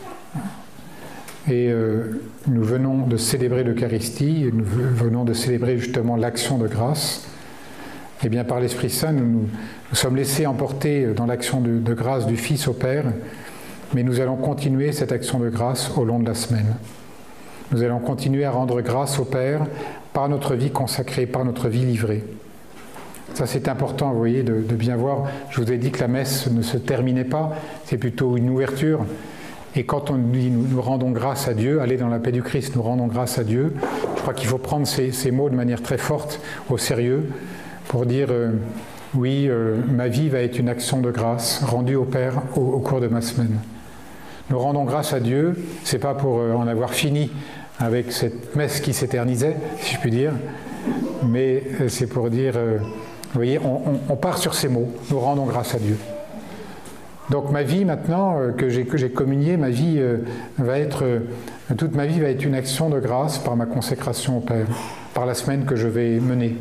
Et euh, nous venons de célébrer l'Eucharistie, et nous venons de célébrer justement l'action de grâce. Et bien par l'Esprit Saint, nous, nous, nous sommes laissés emporter dans l'action de, de grâce du Fils au Père, mais nous allons continuer cette action de grâce au long de la semaine. Nous allons continuer à rendre grâce au Père par notre vie consacrée, par notre vie livrée. Ça c'est important, vous voyez, de, de bien voir. Je vous ai dit que la messe ne se terminait pas, c'est plutôt une ouverture. Et quand on dit nous, nous rendons grâce à Dieu, aller dans la paix du Christ, nous rendons grâce à Dieu, je crois qu'il faut prendre ces, ces mots de manière très forte, au sérieux, pour dire euh, oui, euh, ma vie va être une action de grâce rendue au Père au, au cours de ma semaine. Nous rendons grâce à Dieu, c'est pas pour euh, en avoir fini avec cette messe qui s'éternisait, si je puis dire, mais euh, c'est pour dire, euh, vous voyez, on, on, on part sur ces mots, nous rendons grâce à Dieu. Donc ma vie maintenant, euh, que j'ai que j'ai communié, ma vie euh, va être, euh, toute ma vie va être une action de grâce par ma consécration au Père, par la semaine que je vais mener.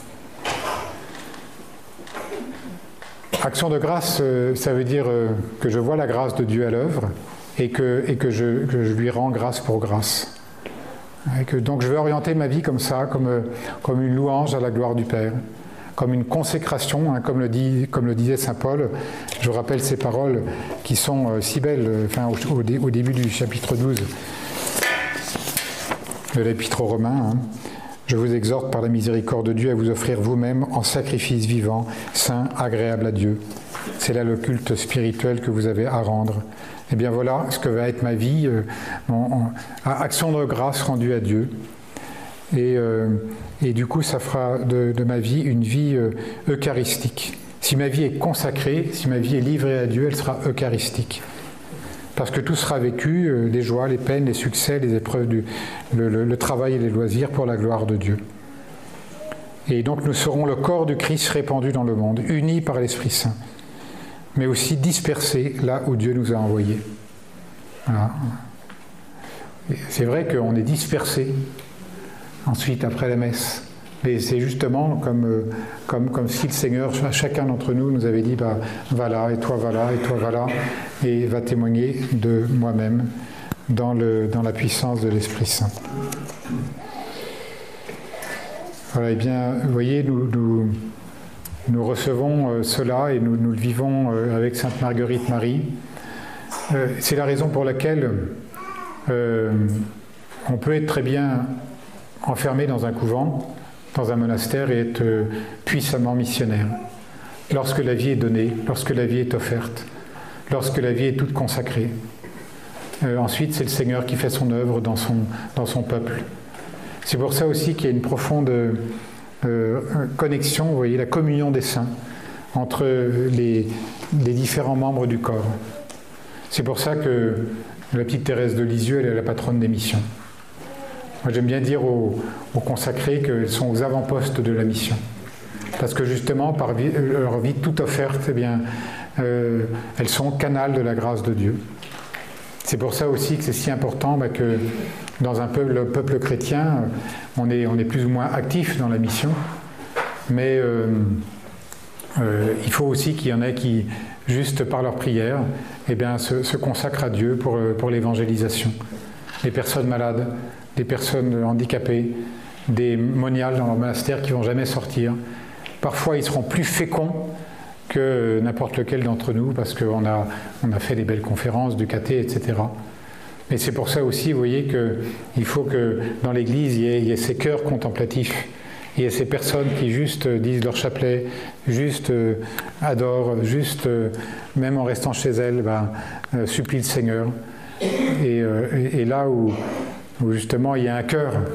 Action de grâce, euh, ça veut dire euh, que je vois la grâce de Dieu à l'œuvre et que, et que, je, que je lui rends grâce pour grâce. Et que, donc je vais orienter ma vie comme ça, comme, euh, comme une louange à la gloire du Père. Comme une consécration, hein, comme, le dit, comme le disait saint Paul. Je vous rappelle ces paroles qui sont euh, si belles, euh, enfin, au, au, dé, au début du chapitre douze de l'Épître aux Romains. Hein. Je vous exhorte par la miséricorde de Dieu à vous offrir vous-même en sacrifice vivant, saint, agréable à Dieu. C'est là le culte spirituel que vous avez à rendre. Et bien voilà ce que va être ma vie, euh, en, en, action de grâce rendue à Dieu. Et, euh, et du coup, ça fera de, de ma vie une vie euh, eucharistique. Si ma vie est consacrée, si ma vie est livrée à Dieu, elle sera eucharistique. Parce que tout sera vécu, euh, les joies, les peines, les succès, les épreuves, du, le, le, le travail et les loisirs pour la gloire de Dieu. Et donc nous serons le corps du Christ répandu dans le monde, unis par l'Esprit Saint, mais aussi dispersés là où Dieu nous a envoyés. Voilà. C'est vrai qu'on est dispersés ensuite après la messe. Mais c'est justement comme, comme, comme si le Seigneur, chacun d'entre nous, nous avait dit bah, va là, et toi va là, et toi va là, et va témoigner de moi-même dans, le, dans la puissance de l'Esprit Saint. Voilà, et bien, vous voyez, nous, nous, nous recevons cela et nous, nous le vivons avec Sainte Marguerite Marie. C'est la raison pour laquelle euh, on peut être très bien enfermé dans un couvent, dans un monastère et être puissamment missionnaire. Lorsque la vie est donnée, lorsque la vie est offerte, lorsque la vie est toute consacrée. Euh, ensuite, c'est le Seigneur qui fait son œuvre dans son, dans son peuple. C'est pour ça aussi qu'il y a une profonde euh, connexion, vous voyez, la communion des saints entre les, les différents membres du corps. C'est pour ça que la petite Thérèse de Lisieux, elle est la patronne des missions. Moi, j'aime bien dire aux, aux consacrés qu'elles sont aux avant-postes de la mission. Parce que justement, par vie, leur vie toute offerte, eh bien, euh, elles sont canal de la grâce de Dieu. C'est pour ça aussi que c'est si important bah, que dans un peuple, le peuple chrétien, on est, on est plus ou moins actif dans la mission. Mais euh, euh, il faut aussi qu'il y en ait qui, juste par leur prière, eh bien, se, se consacrent à Dieu pour, pour l'évangélisation. Les personnes malades, des personnes handicapées, des moniales dans leur monastère qui ne vont jamais sortir. Parfois, ils seront plus féconds que n'importe lequel d'entre nous parce qu'on a, on a fait des belles conférences du caté, et cetera. Mais c'est pour ça aussi, vous voyez, qu'il faut que dans l'Église, il y ait, il y ait ces cœurs contemplatifs. Il y a ces personnes qui juste disent leur chapelet, juste euh, adorent, juste, euh, même en restant chez elles, ben, euh, supplient le Seigneur. Et, euh, et, et là où... où justement il y a un cœur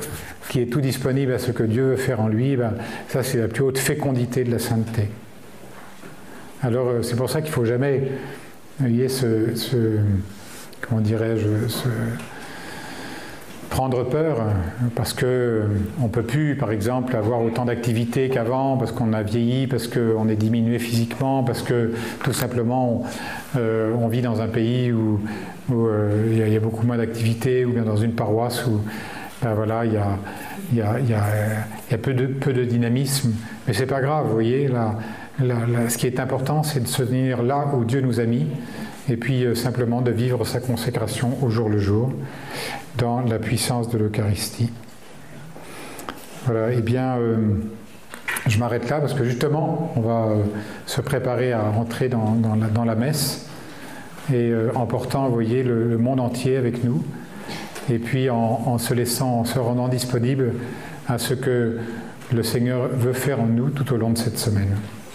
qui est tout disponible à ce que Dieu veut faire en lui, ben, ça c'est la plus haute fécondité de la sainteté. Alors c'est pour ça qu'il ne faut jamais, vous voyez, ce, ce comment dirais-je, ce, prendre peur, parce qu'on ne peut plus, par exemple, avoir autant d'activités qu'avant, parce qu'on a vieilli, parce qu'on est diminué physiquement, parce que tout simplement on, euh, on vit dans un pays où, où euh, il y a beaucoup moins d'activités, ou bien dans une paroisse où ben voilà, il y a, il y a, il y a, il y a peu, de, peu de dynamisme. Mais ce n'est pas grave, vous voyez, là, là, là, ce qui est important, c'est de se tenir là où Dieu nous a mis, et puis euh, simplement de vivre sa consécration au jour le jour, dans la puissance de l'Eucharistie. Voilà, et eh bien, euh, je m'arrête là parce que justement, on va euh, se préparer à rentrer dans, dans, la, dans la messe, et euh, en portant, vous voyez, le, le monde entier avec nous, et puis en, en se laissant, en se rendant disponible à ce que le Seigneur veut faire en nous tout au long de cette semaine.